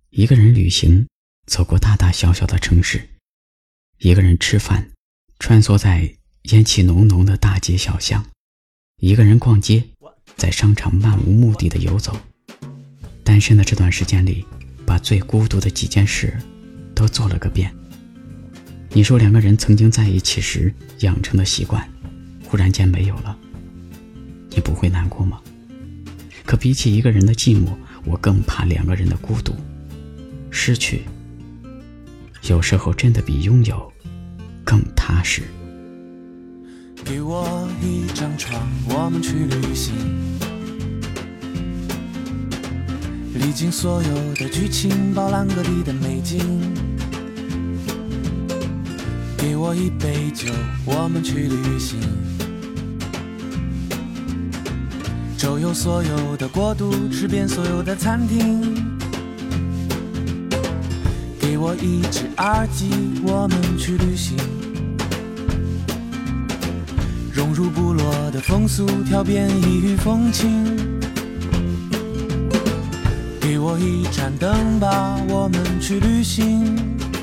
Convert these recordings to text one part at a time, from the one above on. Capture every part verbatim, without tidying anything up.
一个人旅行，走过大大小小的城市；一个人吃饭，穿梭在烟气浓浓的大街小巷；一个人逛街，在商场漫无目的的游走。单身的这段时间里，把最孤独的几件事都做了个遍。你说两个人曾经在一起时养成的习惯，忽然间没有了，你不会难过吗？可比起一个人的寂寞，我更怕两个人的孤独。失去有时候真的比拥有更踏实。 给我一张床，我们去旅行，历经所有的剧情，饱览各地的美景。给我一杯酒，我们去旅行，周游所有的国度，吃遍所有的餐厅。给我一只耳机，我们去旅行，融入部落的风俗，跳遍异域风情。给我一盏灯吧，我们去旅行，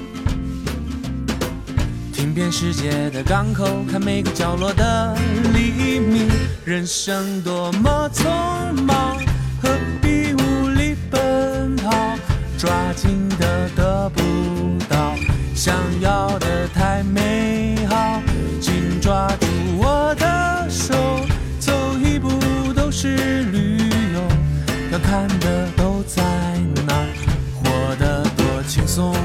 听遍世界的港口，看每个角落的黎明。人生多么匆忙，何必无力奔跑，抓紧的得不到，想要的太美好，紧抓住我的手，走一步都是旅游，要看的都在那儿，活得多轻松。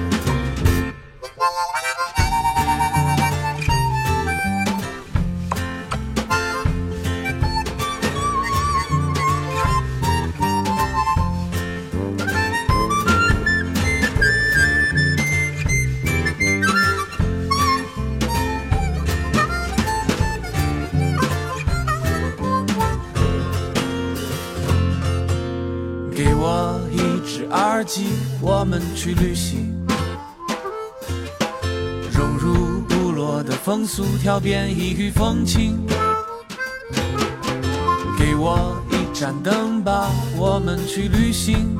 给我一只耳机，我们去旅行，融入部落的风俗，跳遍异域风情。给我一盏灯吧，我们去旅行，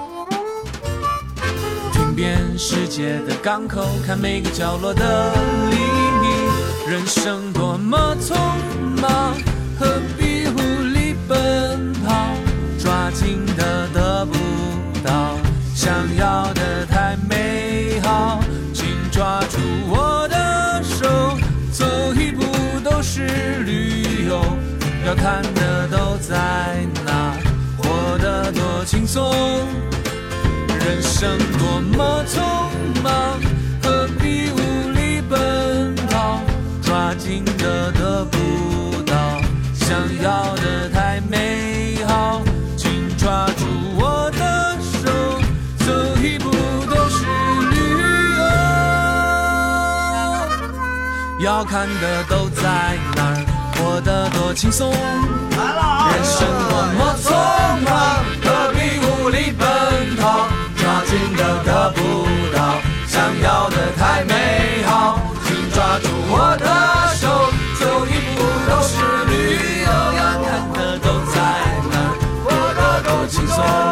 听遍世界的港口，看每个角落的黎明。人生多么匆忙，何必无力奔跑，抓紧的得不到，想要的太美好，紧抓住我的手，走一步都是旅游，要看的都在那，活得多轻松。人生多么匆忙，何必无力奔跑，抓紧的得不到，想要的太美好，抓住我的手，走一步都是旅游，要看的都在那儿，活得多轻松。人生多么匆忙，何必无力奔跑，抓紧的得不到，想要的太美好，紧抓住我的手，走一步都是旅游，要看的都在那儿，轻松。